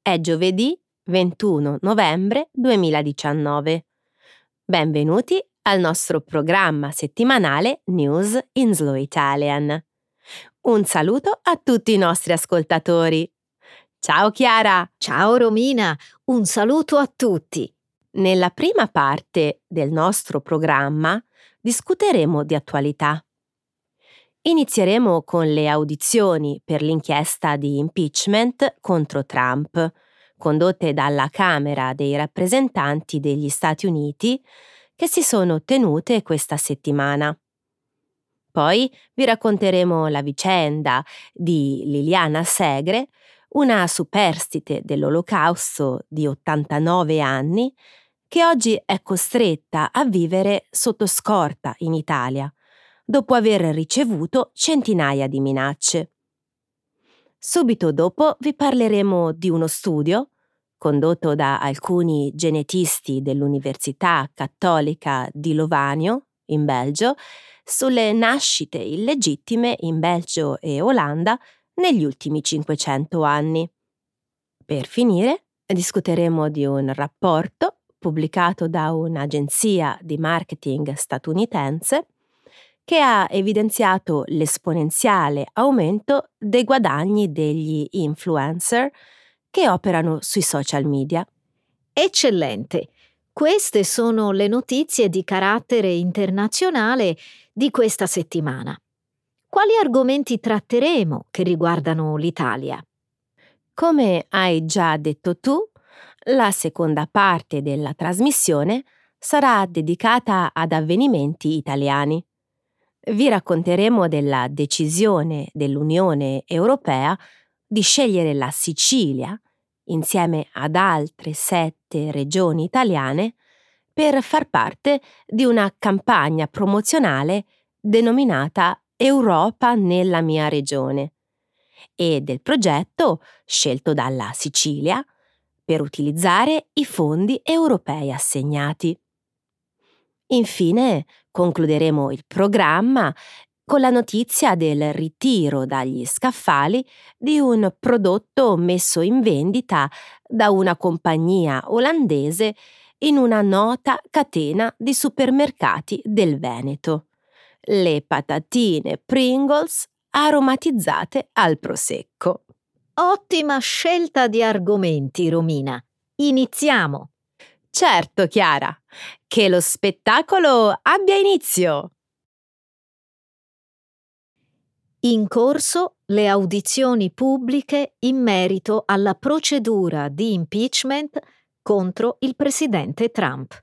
È giovedì 21 novembre 2019. Benvenuti al nostro programma settimanale News in Slow Italian. Un saluto a tutti i nostri ascoltatori. Ciao Chiara! Ciao Romina, un saluto a tutti. Nella prima parte del nostro programma discuteremo di attualità. Inizieremo con le audizioni per l'inchiesta di impeachment contro Trump, condotte dalla Camera dei rappresentanti degli Stati Uniti, che si sono tenute questa settimana. Poi vi racconteremo la vicenda di Liliana Segre, una superstite dell'Olocausto di 89 anni, che oggi è costretta a vivere sotto scorta in Italia, dopo aver ricevuto centinaia di minacce. Subito dopo vi parleremo di uno studio, condotto da alcuni genetisti dell'Università Cattolica di Lovanio, in Belgio, sulle nascite illegittime in Belgio e Olanda negli ultimi 500 anni. Per finire, discuteremo di un rapporto pubblicato da un'agenzia di marketing statunitense che ha evidenziato l'esponenziale aumento dei guadagni degli influencer che operano sui social media. Eccellente. Queste sono le notizie di carattere internazionale di questa settimana. Quali argomenti tratteremo che riguardano l'Italia? Come hai già detto tu, la seconda parte della trasmissione sarà dedicata ad avvenimenti italiani. Vi racconteremo della decisione dell'Unione Europea di scegliere la Sicilia, insieme ad altre 7 regioni italiane, per far parte di una campagna promozionale denominata Europa nella mia regione e del progetto scelto dalla Sicilia per utilizzare i fondi europei assegnati. Infine, concluderemo il programma con la notizia del ritiro dagli scaffali di un prodotto messo in vendita da una compagnia olandese in una nota catena di supermercati del Veneto: le patatine Pringles aromatizzate al prosecco. Ottima scelta di argomenti, Romina. Iniziamo. Certo, Chiara, che lo spettacolo abbia inizio! In corso le audizioni pubbliche in merito alla procedura di impeachment contro il presidente Trump.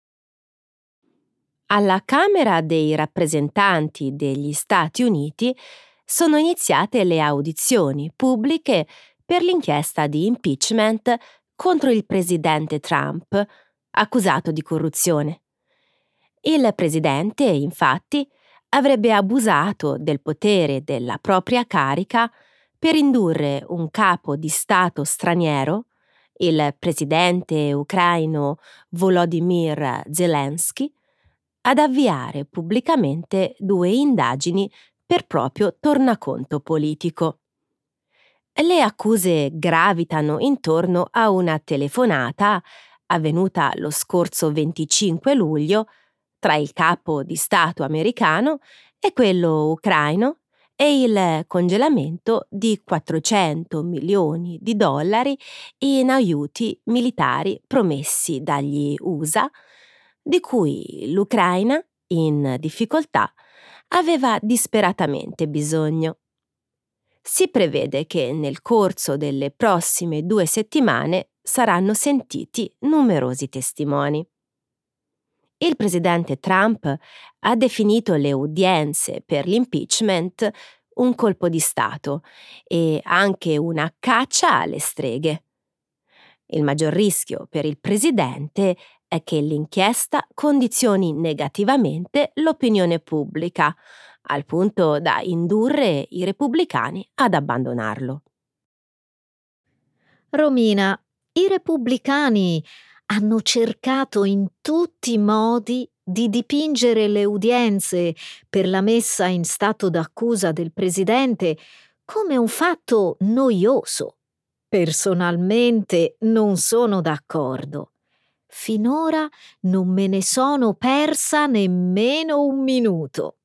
Alla Camera dei rappresentanti degli Stati Uniti sono iniziate le audizioni pubbliche per l'inchiesta di impeachment contro il presidente Trump, accusato di corruzione. Il presidente, infatti, avrebbe abusato del potere della propria carica per indurre un capo di Stato straniero, il presidente ucraino Volodymyr Zelensky, ad avviare pubblicamente 2 indagini per proprio tornaconto politico. Le accuse gravitano intorno a una telefonata avvenuta lo scorso 25 luglio tra il capo di Stato americano e quello ucraino e il congelamento di 400 milioni di dollari in aiuti militari promessi dagli USA, di cui l'Ucraina, in difficoltà, aveva disperatamente bisogno. Si prevede che nel corso delle prossime 2 settimane saranno sentiti numerosi testimoni. Il presidente Trump ha definito le udienze per l'impeachment un colpo di Stato e anche una caccia alle streghe. Il maggior rischio per il presidente è che l'inchiesta condizioni negativamente l'opinione pubblica, al punto da indurre i repubblicani ad abbandonarlo. Romina, i repubblicani hanno cercato in tutti i modi di dipingere le udienze per la messa in stato d'accusa del presidente come un fatto noioso. Personalmente non sono d'accordo. Finora non me ne sono persa nemmeno un minuto.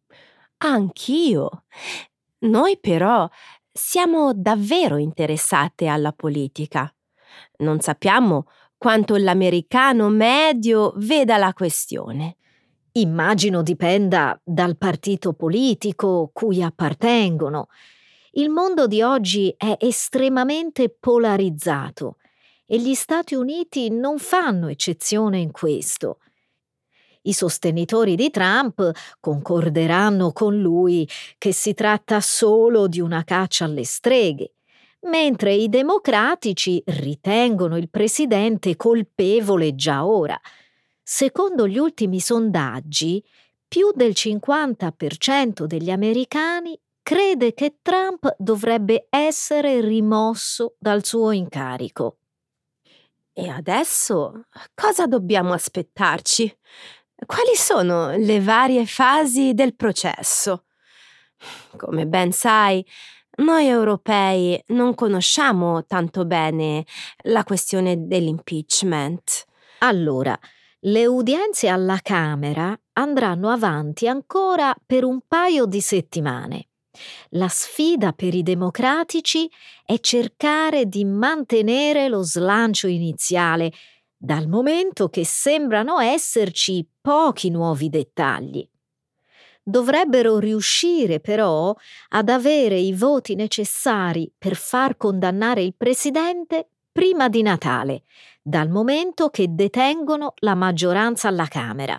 Anch'io. Noi però siamo davvero interessate alla politica. Non sappiamo quanto l'americano medio veda la questione. Immagino dipenda dal partito politico cui appartengono. Il mondo di oggi è estremamente polarizzato e gli Stati Uniti non fanno eccezione in questo. I sostenitori di Trump concorderanno con lui che si tratta solo di una caccia alle streghe, mentre i democratici ritengono il presidente colpevole già ora. Secondo gli ultimi sondaggi, più del 50% degli americani crede che Trump dovrebbe essere rimosso dal suo incarico. E adesso cosa dobbiamo aspettarci? Quali sono le varie fasi del processo? Come ben sai, noi europei non conosciamo tanto bene la questione dell'impeachment. Allora, le udienze alla Camera andranno avanti ancora per un paio di settimane. La sfida per i democratici è cercare di mantenere lo slancio iniziale, dal momento che sembrano esserci pochi nuovi dettagli. Dovrebbero riuscire però ad avere i voti necessari per far condannare il presidente prima di Natale, dal momento che detengono la maggioranza alla Camera.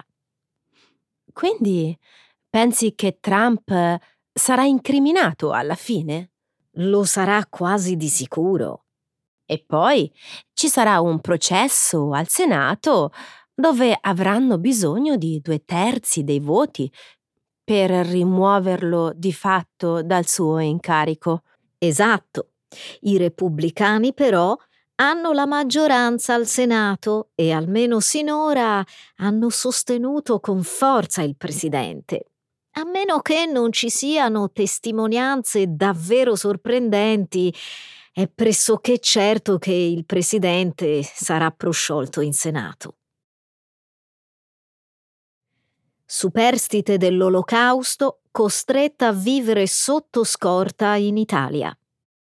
Quindi pensi che Trump sarà incriminato alla fine? Lo sarà quasi di sicuro. E poi ci sarà un processo al Senato dove avranno bisogno di 2/3 dei voti per rimuoverlo di fatto dal suo incarico. Esatto. I repubblicani però hanno la maggioranza al Senato e almeno sinora hanno sostenuto con forza il presidente. A meno che non ci siano testimonianze davvero sorprendenti, è pressoché certo che il presidente sarà prosciolto in Senato. Superstite dell'Olocausto costretta a vivere sotto scorta in Italia.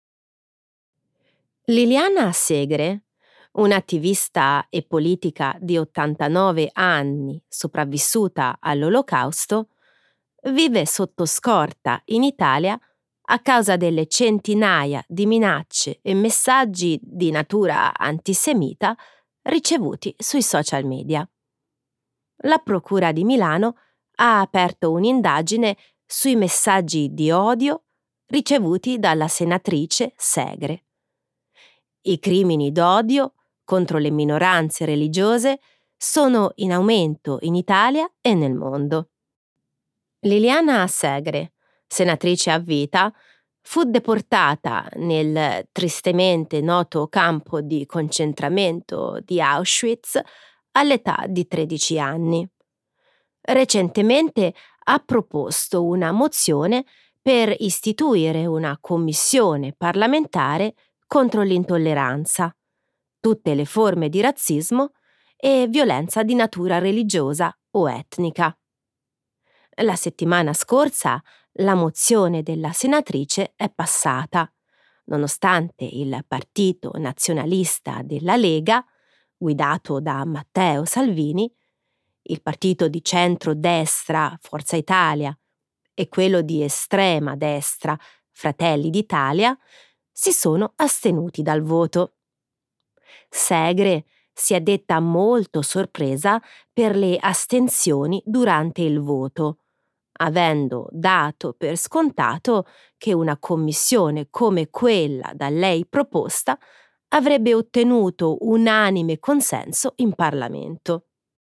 Liliana Segre, un'attivista e politica di 89 anni sopravvissuta all'Olocausto, vive sotto scorta in Italia a causa delle centinaia di minacce e messaggi di natura antisemita ricevuti sui social media. La Procura di Milano ha aperto un'indagine sui messaggi di odio ricevuti dalla senatrice Segre. I crimini d'odio contro le minoranze religiose sono in aumento in Italia e nel mondo. Liliana Segre, senatrice a vita, fu deportata nel tristemente noto campo di concentramento di Auschwitz all'età di 13 anni. Recentemente ha proposto una mozione per istituire una commissione parlamentare contro l'intolleranza, tutte le forme di razzismo e violenza di natura religiosa o etnica. La settimana scorsa la mozione della senatrice è passata, nonostante il partito nazionalista della Lega, guidato da Matteo Salvini, il partito di centro-destra Forza Italia e quello di estrema destra Fratelli d'Italia, si sono astenuti dal voto. Segre si è detta molto sorpresa per le astensioni durante il voto, avendo dato per scontato che una commissione come quella da lei proposta avrebbe ottenuto unanime consenso in Parlamento.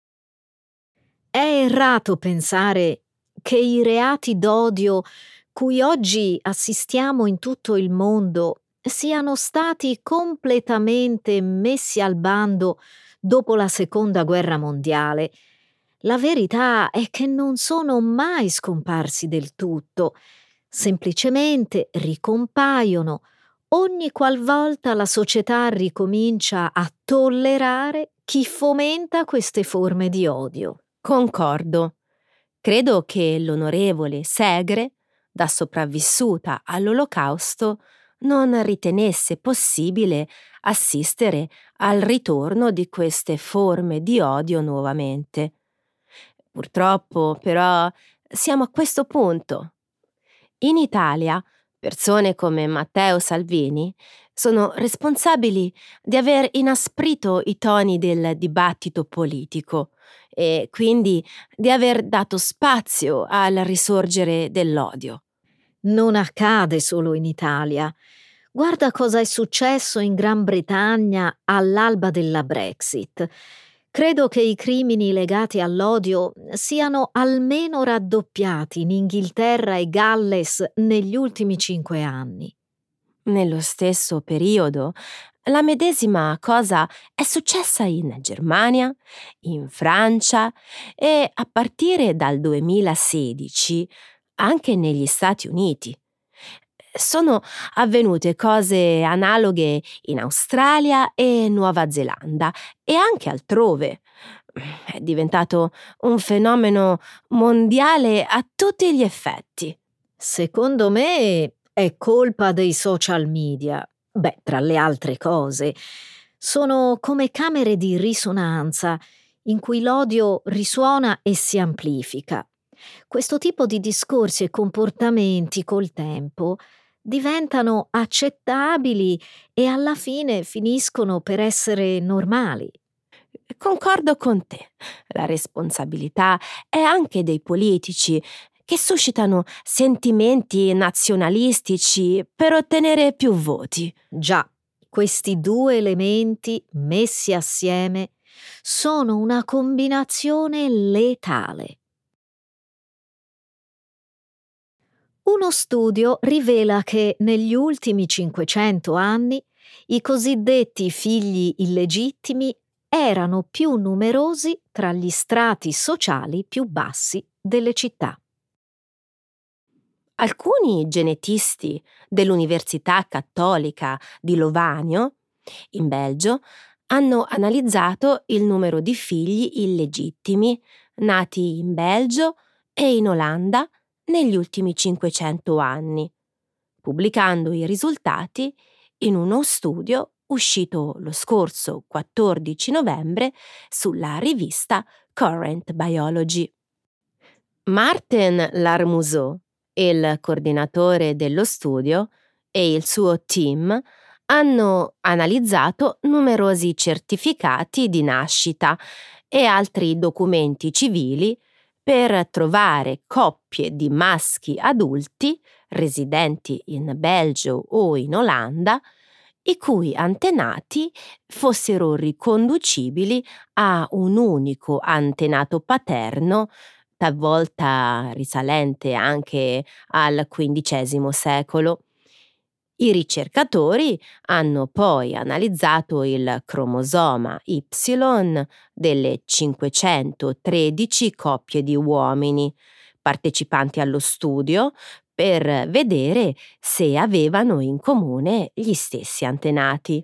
È errato pensare che i reati d'odio cui oggi assistiamo in tutto il mondo siano stati completamente messi al bando dopo la Seconda Guerra Mondiale. La verità è che non sono mai scomparsi del tutto, semplicemente ricompaiono ogni qualvolta la società ricomincia a tollerare chi fomenta queste forme di odio. Concordo. Credo che l'onorevole Segre, da sopravvissuta all'Olocausto, non ritenesse possibile assistere al ritorno di queste forme di odio nuovamente. Purtroppo, però, siamo a questo punto. In Italia, persone come Matteo Salvini sono responsabili di aver inasprito i toni del dibattito politico e quindi di aver dato spazio al risorgere dell'odio. Non accade solo in Italia. Guarda cosa è successo in Gran Bretagna all'alba della Brexit. Credo che i crimini legati all'odio siano almeno raddoppiati in Inghilterra e Galles negli ultimi 5 anni. Nello stesso periodo, la medesima cosa è successa in Germania, in Francia e a partire dal 2016 anche negli Stati Uniti. Sono avvenute cose analoghe in Australia e Nuova Zelanda e anche altrove. È diventato un fenomeno mondiale a tutti gli effetti. Secondo me è colpa dei social media. Beh, tra le altre cose, sono come camere di risonanza in cui l'odio risuona e si amplifica. Questo tipo di discorsi e comportamenti col tempo diventano accettabili e alla fine finiscono per essere normali. Concordo con te. La responsabilità è anche dei politici che suscitano sentimenti nazionalistici per ottenere più voti. Già, questi due elementi messi assieme sono una combinazione letale. Uno studio rivela che negli ultimi 500 anni i cosiddetti figli illegittimi erano più numerosi tra gli strati sociali più bassi delle città. Alcuni genetisti dell'Università Cattolica di Lovanio, in Belgio, hanno analizzato il numero di figli illegittimi nati in Belgio e in Olanda negli ultimi 500 anni, pubblicando i risultati in uno studio uscito lo scorso 14 novembre sulla rivista Current Biology. Martin Larmuseau, il coordinatore dello studio, e il suo team hanno analizzato numerosi certificati di nascita e altri documenti civili per trovare coppie di maschi adulti residenti in Belgio o in Olanda i cui antenati fossero riconducibili a un unico antenato paterno, talvolta risalente anche al XV secolo. I ricercatori hanno poi analizzato il cromosoma Y delle 513 coppie di uomini partecipanti allo studio per vedere se avevano in comune gli stessi antenati.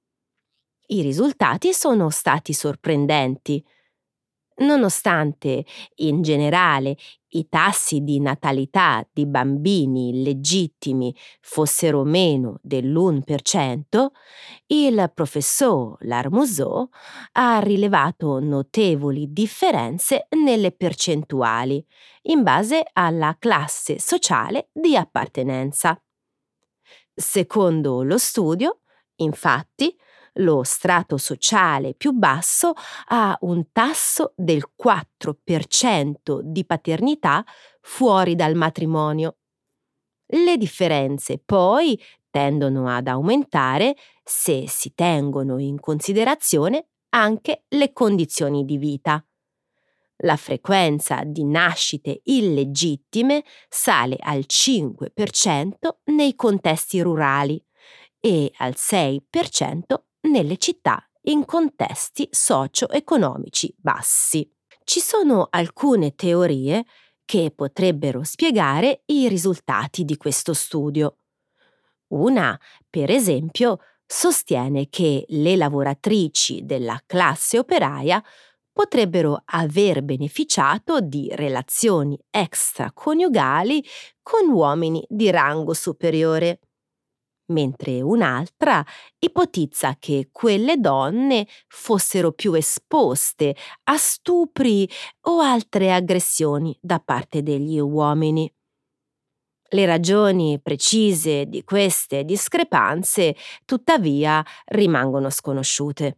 I risultati sono stati sorprendenti. Nonostante, in generale, i tassi di natalità di bambini illegittimi fossero meno dell'1%, il professor Larmuseau ha rilevato notevoli differenze nelle percentuali, in base alla classe sociale di appartenenza. Secondo lo studio, infatti, lo strato sociale più basso ha un tasso del 4% di paternità fuori dal matrimonio. Le differenze poi tendono ad aumentare se si tengono in considerazione anche le condizioni di vita. La frequenza di nascite illegittime sale al 5% nei contesti rurali e al 6% nelle città in contesti socio-economici bassi. Ci sono alcune teorie che potrebbero spiegare i risultati di questo studio. Una, per esempio, sostiene che le lavoratrici della classe operaia potrebbero aver beneficiato di relazioni extraconiugali con uomini di rango superiore, mentre un'altra ipotizza che quelle donne fossero più esposte a stupri o altre aggressioni da parte degli uomini. Le ragioni precise di queste discrepanze, tuttavia, rimangono sconosciute.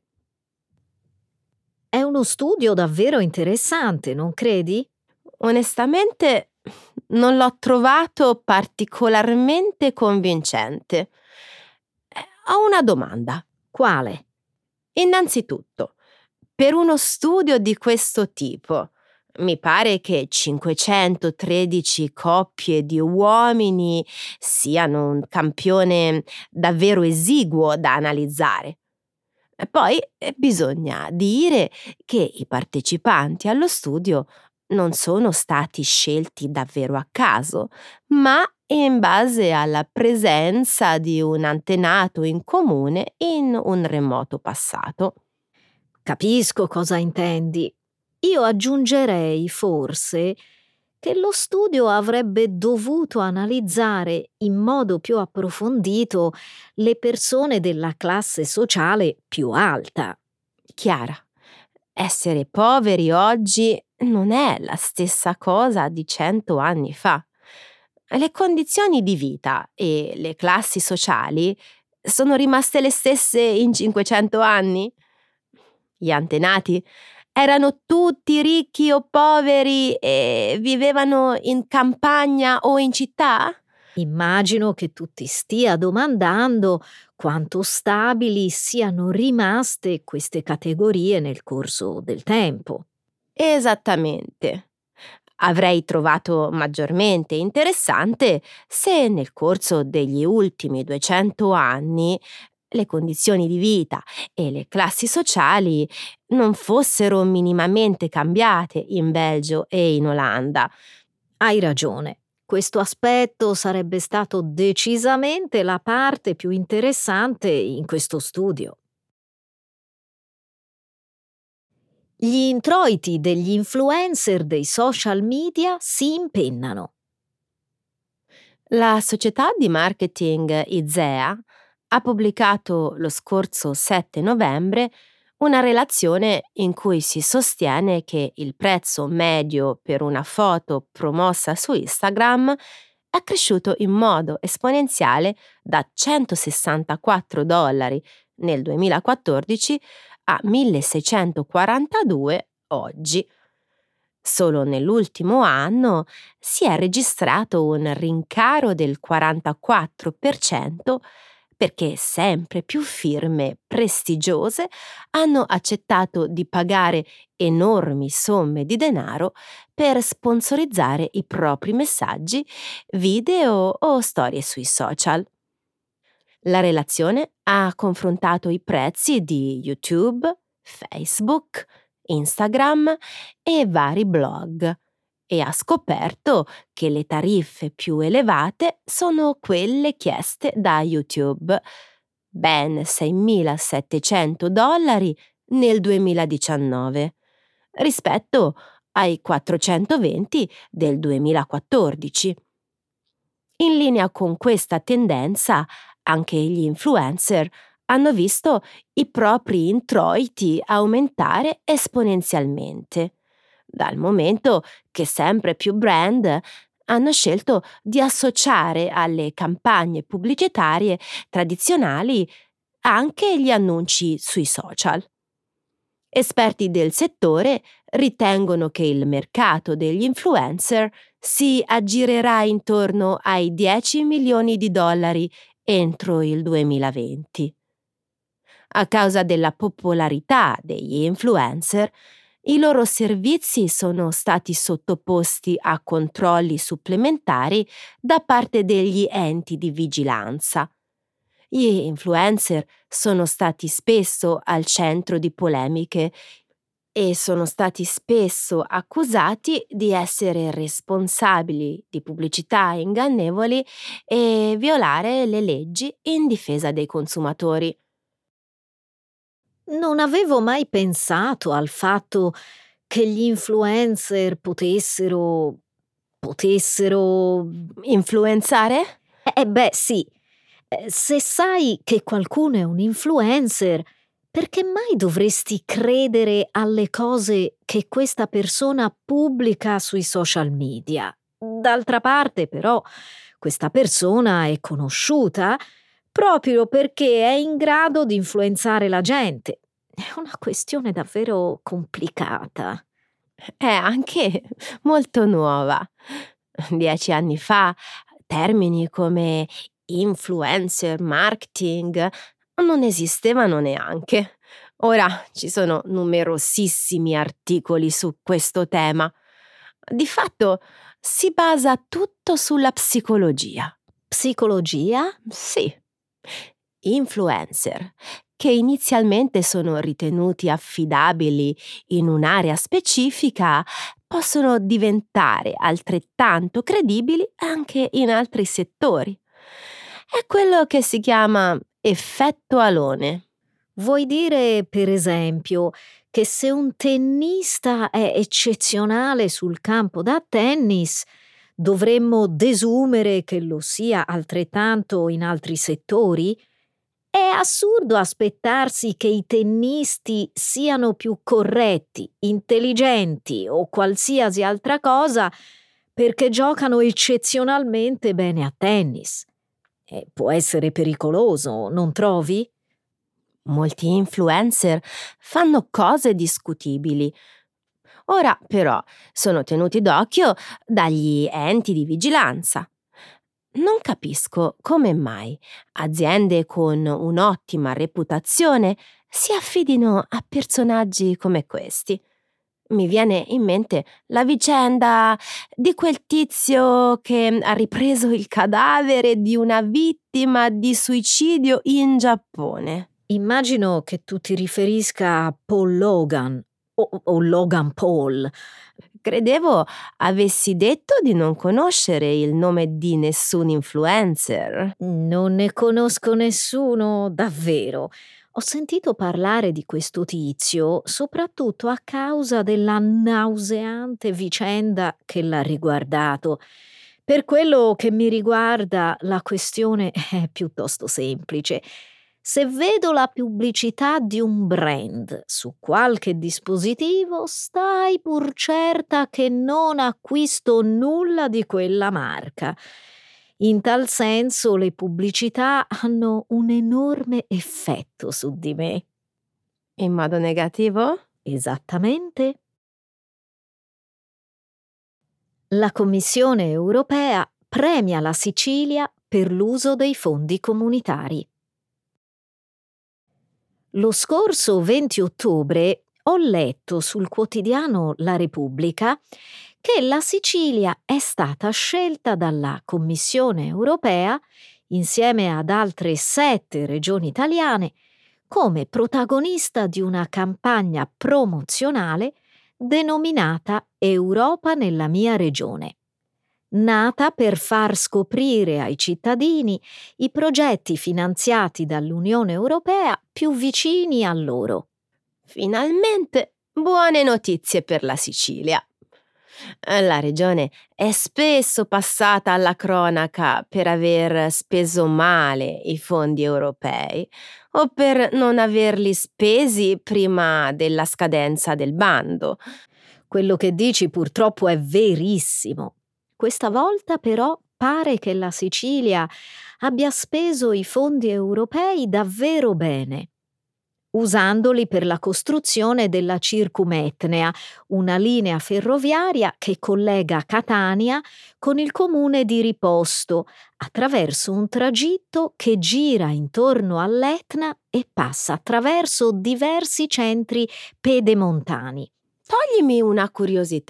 È uno studio davvero interessante, non credi? Onestamente, non l'ho trovato particolarmente convincente. Ho una domanda. Quale? Innanzitutto, per uno studio di questo tipo, mi pare che 513 coppie di uomini siano un campione davvero esiguo da analizzare. E poi bisogna dire che i partecipanti allo studio non sono stati scelti davvero a caso, ma in base alla presenza di un antenato in comune in un remoto passato. Capisco cosa intendi. Io aggiungerei forse che lo studio avrebbe dovuto analizzare in modo più approfondito le persone della classe sociale più alta. Chiara, essere poveri oggi non è la stessa cosa di 100 anni fa. Le condizioni di vita e le classi sociali sono rimaste le stesse in 500 anni? Gli antenati erano tutti ricchi o poveri e vivevano in campagna o in città? Immagino che tu ti stia domandando quanto stabili siano rimaste queste categorie nel corso del tempo. Esattamente. Avrei trovato maggiormente interessante se nel corso degli ultimi 200 anni le condizioni di vita e le classi sociali non fossero minimamente cambiate in Belgio e in Olanda. Hai ragione. Questo aspetto sarebbe stato decisamente la parte più interessante in questo studio. Gli introiti degli influencer dei social media si impennano. La società di marketing IZEA ha pubblicato lo scorso 7 novembre una relazione in cui si sostiene che il prezzo medio per una foto promossa su Instagram è cresciuto in modo esponenziale da 164 dollari nel 2014 a 1642 oggi. Solo nell'ultimo anno si è registrato un rincaro del 44% perché sempre più firme prestigiose hanno accettato di pagare enormi somme di denaro per sponsorizzare i propri messaggi, video o storie sui social. La relazione ha confrontato i prezzi di YouTube, Facebook, Instagram e vari blog e ha scoperto che le tariffe più elevate sono quelle chieste da YouTube, ben 6.700 dollari nel 2019, rispetto ai 420 del 2014. In linea con questa tendenza, anche gli influencer hanno visto i propri introiti aumentare esponenzialmente, dal momento che sempre più brand hanno scelto di associare alle campagne pubblicitarie tradizionali anche gli annunci sui social. Esperti del settore ritengono che il mercato degli influencer si aggirerà intorno ai 10 milioni di dollari entro il 2020. A causa della popolarità degli influencer, i loro servizi sono stati sottoposti a controlli supplementari da parte degli enti di vigilanza. Gli influencer sono stati spesso al centro di polemiche e sono stati spesso accusati di essere responsabili di pubblicità ingannevoli e violare le leggi in difesa dei consumatori. Non avevo mai pensato al fatto che gli influencer potessero. Influenzare? Beh, sì. Se sai che qualcuno è un influencer, perché mai dovresti credere alle cose che questa persona pubblica sui social media? D'altra parte, però, questa persona è conosciuta proprio perché è in grado di influenzare la gente. È una questione davvero complicata. È anche molto nuova. 10 anni fa termini come influencer marketing non esistevano neanche. Ora ci sono numerosissimi articoli su questo tema. Di fatto si basa tutto sulla psicologia. Psicologia? Sì, influencer, che inizialmente sono ritenuti affidabili in un'area specifica, possono diventare altrettanto credibili anche in altri settori. È quello che si chiama effetto alone. Vuoi dire, per esempio, che se un tennista è eccezionale sul campo da tennis, dovremmo desumere che lo sia altrettanto in altri settori? È assurdo aspettarsi che i tennisti siano più corretti, intelligenti o qualsiasi altra cosa perché giocano eccezionalmente bene a tennis. E può essere pericoloso, non trovi? Molti influencer fanno cose discutibili. Ora, però, sono tenuti d'occhio dagli enti di vigilanza. Non capisco come mai aziende con un'ottima reputazione si affidino a personaggi come questi. Mi viene in mente la vicenda di quel tizio che ha ripreso il cadavere di una vittima di suicidio in Giappone. Immagino che tu ti riferisca a Paul Logan o Logan Paul. Credevo avessi detto di non conoscere il nome di nessun influencer. Non ne conosco nessuno, davvero. Ho sentito parlare di questo tizio soprattutto a causa della nauseante vicenda che l'ha riguardato. Per quello che mi riguarda, la questione è piuttosto semplice. Se vedo la pubblicità di un brand su qualche dispositivo, stai pur certa che non acquisto nulla di quella marca. In tal senso le pubblicità hanno un enorme effetto su di me. In modo negativo? Esattamente. La Commissione europea premia la Sicilia per l'uso dei fondi comunitari. Lo scorso 20 ottobre ho letto sul quotidiano La Repubblica che la Sicilia è stata scelta dalla Commissione europea, insieme ad altre 7 regioni italiane, come protagonista di una campagna promozionale denominata Europa nella mia regione, nata per far scoprire ai cittadini i progetti finanziati dall'Unione Europea più vicini a loro. Finalmente buone notizie per la Sicilia. La regione è spesso passata alla cronaca per aver speso male i fondi europei o per non averli spesi prima della scadenza del bando. Quello che dici purtroppo è verissimo. Questa volta però pare che la Sicilia abbia speso i fondi europei davvero bene, usandoli per la costruzione della Circumetnea, una linea ferroviaria che collega Catania con il comune di Riposto, attraverso un tragitto che gira intorno all'Etna e passa attraverso diversi centri pedemontani. Toglimi una curiosità.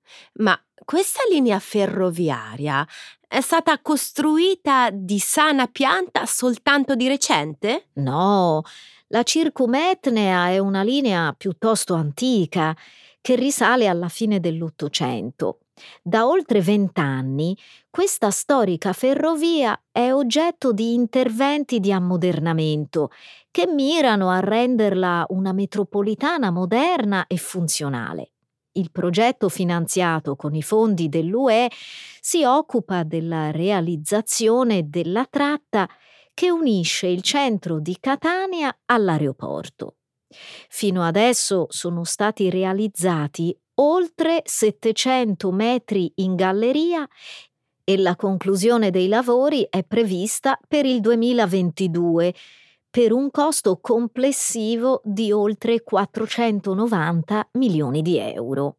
Ma questa linea ferroviaria è stata costruita di sana pianta soltanto di recente? No, la Circumetnea è una linea piuttosto antica che risale alla fine dell'Ottocento. Da oltre 20 anni questa storica ferrovia è oggetto di interventi di ammodernamento che mirano a renderla una metropolitana moderna e funzionale. Il progetto finanziato con i fondi dell'UE si occupa della realizzazione della tratta che unisce il centro di Catania all'aeroporto. Fino adesso sono stati realizzati oltre 700 metri in galleria e la conclusione dei lavori è prevista per il 2022 per un costo complessivo di oltre 490 milioni di euro.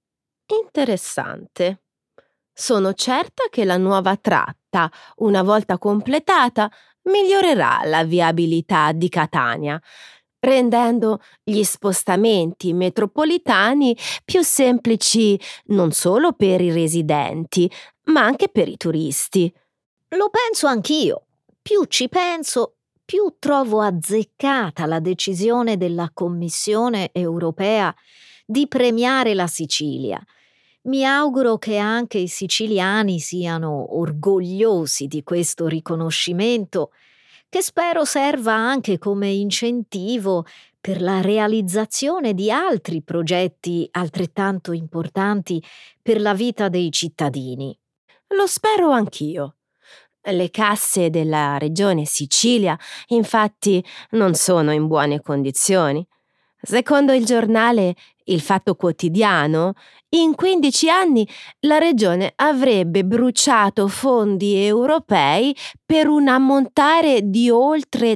Interessante. Sono certa che la nuova tratta, una volta completata, migliorerà la viabilità di Catania, rendendo gli spostamenti metropolitani più semplici non solo per i residenti, ma anche per i turisti. Lo penso anch'io. Più ci penso, più trovo azzeccata la decisione della Commissione europea di premiare la Sicilia. Mi auguro che anche i siciliani siano orgogliosi di questo riconoscimento, che spero serva anche come incentivo per la realizzazione di altri progetti altrettanto importanti per la vita dei cittadini. Lo spero anch'io. Le casse della regione Sicilia, infatti, non sono in buone condizioni. Secondo il giornale Il Fatto Quotidiano, in 15 anni la regione avrebbe bruciato fondi europei per un ammontare di oltre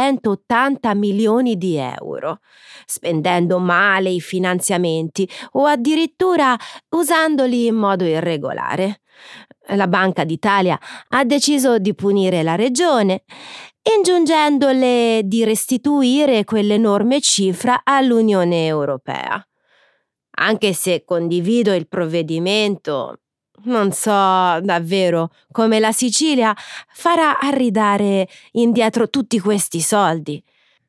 380 milioni di euro, spendendo male i finanziamenti o addirittura usandoli in modo irregolare. La Banca d'Italia ha deciso di punire la regione, ingiungendole di restituire quell'enorme cifra all'Unione Europea. Anche se condivido il provvedimento, non so davvero come la Sicilia farà a ridare indietro tutti questi soldi.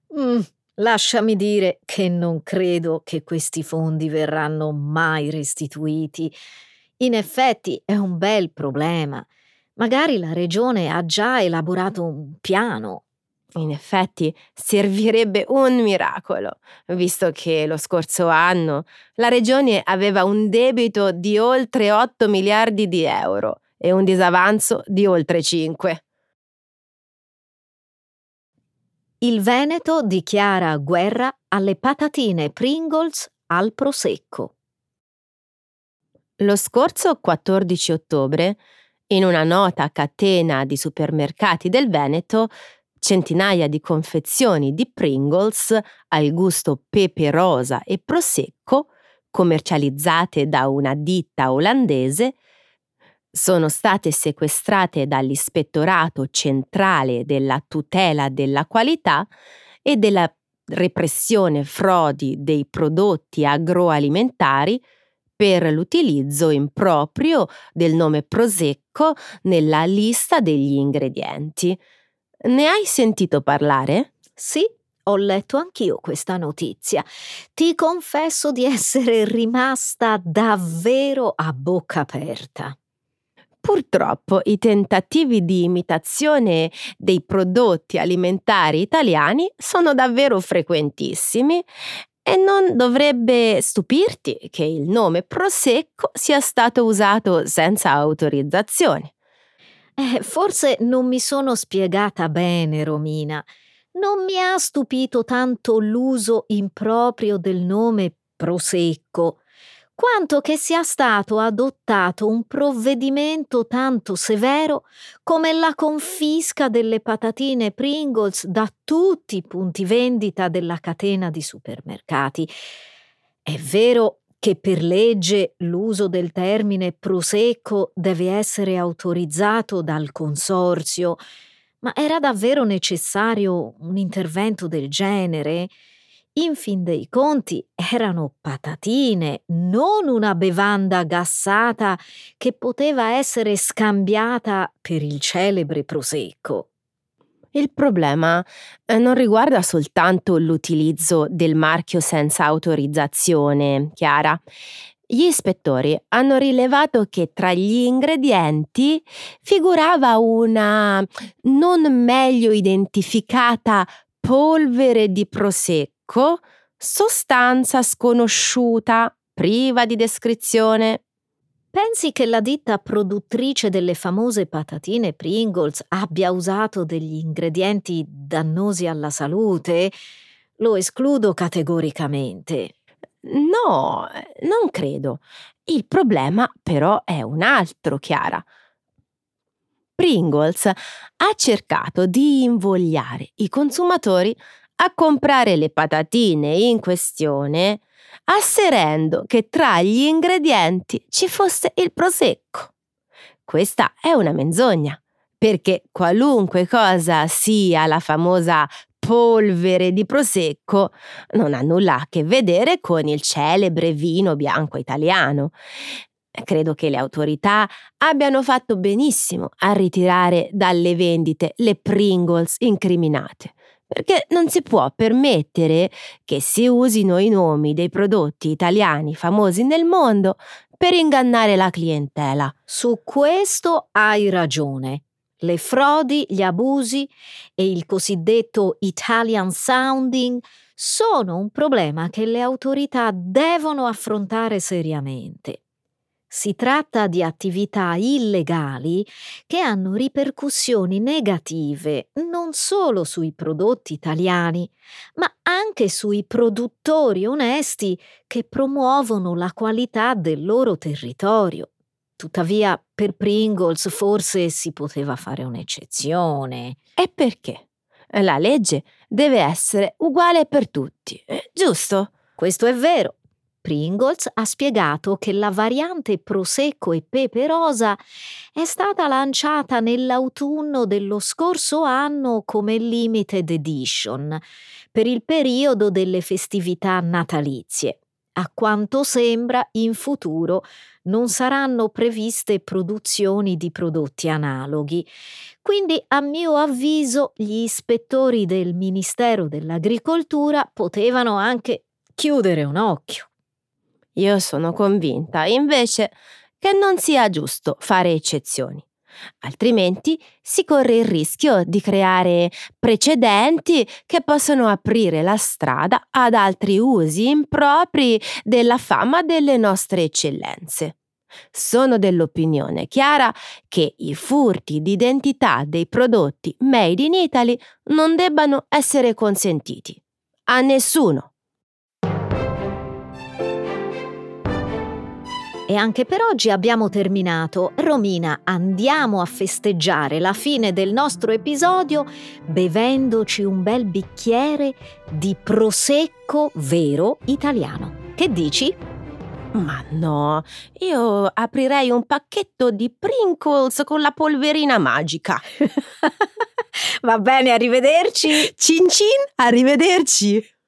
Lasciami dire che non credo che questi fondi verranno mai restituiti. In effetti è un bel problema. Magari la regione ha già elaborato un piano. In effetti servirebbe un miracolo, visto che lo scorso anno la regione aveva un debito di oltre 8 miliardi di euro e un disavanzo di oltre 5. Il Veneto dichiara guerra alle patatine Pringles al prosecco. Lo scorso 14 ottobre, in una nota catena di supermercati del Veneto, centinaia di confezioni di Pringles al gusto pepe rosa e prosecco, commercializzate da una ditta olandese, sono state sequestrate dall'Ispettorato Centrale della Tutela della Qualità e della Repressione Frodi dei Prodotti Agroalimentari per l'utilizzo improprio del nome Prosecco nella lista degli ingredienti. Ne hai sentito parlare? Sì, ho letto anch'io questa notizia. Ti confesso di essere rimasta davvero a bocca aperta. Purtroppo i tentativi di imitazione dei prodotti alimentari italiani sono davvero frequentissimi e non dovrebbe stupirti che il nome Prosecco sia stato usato senza autorizzazione. Forse non mi sono spiegata bene, Romina. Non mi ha stupito tanto l'uso improprio del nome Prosecco, quanto che sia stato adottato un provvedimento tanto severo come la confisca delle patatine Pringles da tutti i punti vendita della catena di supermercati. È vero che per legge l'uso del termine prosecco deve essere autorizzato dal consorzio, ma era davvero necessario un intervento del genere? In fin dei conti erano patatine, non una bevanda gassata che poteva essere scambiata per il celebre prosecco. Il problema non riguarda soltanto l'utilizzo del marchio senza autorizzazione, Chiara. Gli ispettori hanno rilevato che tra gli ingredienti figurava una non meglio identificata polvere di prosecco, sostanza sconosciuta, priva di descrizione. Pensi che la ditta produttrice delle famose patatine Pringles abbia usato degli ingredienti dannosi alla salute? Lo escludo categoricamente. No, non credo. Il problema però è un altro, Chiara. Pringles ha cercato di invogliare i consumatori a comprare le patatine in questione, asserendo che tra gli ingredienti ci fosse il prosecco. Questa è una menzogna, perché qualunque cosa sia la famosa polvere di prosecco non ha nulla a che vedere con il celebre vino bianco italiano. Credo che le autorità abbiano fatto benissimo a ritirare dalle vendite le Pringles incriminate, perché non si può permettere che si usino i nomi dei prodotti italiani famosi nel mondo per ingannare la clientela. Su questo hai ragione. Le frodi, gli abusi e il cosiddetto Italian sounding sono un problema che le autorità devono affrontare seriamente. Si tratta di attività illegali che hanno ripercussioni negative non solo sui prodotti italiani, ma anche sui produttori onesti che promuovono la qualità del loro territorio. Tuttavia, per Pringles forse si poteva fare un'eccezione. E perché? La legge deve essere uguale per tutti, giusto? Questo è vero. Pringles ha spiegato che la variante Prosecco e Pepe Rosa è stata lanciata nell'autunno dello scorso anno come limited edition per il periodo delle festività natalizie. A quanto sembra, in futuro non saranno previste produzioni di prodotti analoghi. Quindi, a mio avviso, gli ispettori del Ministero dell'Agricoltura potevano anche chiudere un occhio. Io sono convinta, invece, che non sia giusto fare eccezioni. Altrimenti si corre il rischio di creare precedenti che possono aprire la strada ad altri usi impropri della fama delle nostre eccellenze. Sono dell'opinione, Chiara, che i furti di identità dei prodotti made in Italy non debbano essere consentiti. A nessuno. E anche per oggi abbiamo terminato. Romina, andiamo a festeggiare la fine del nostro episodio bevendoci un bel bicchiere di prosecco vero italiano. Che dici? Ma no, io aprirei un pacchetto di Pringles con la polverina magica. Va bene, arrivederci. Cin cin, arrivederci.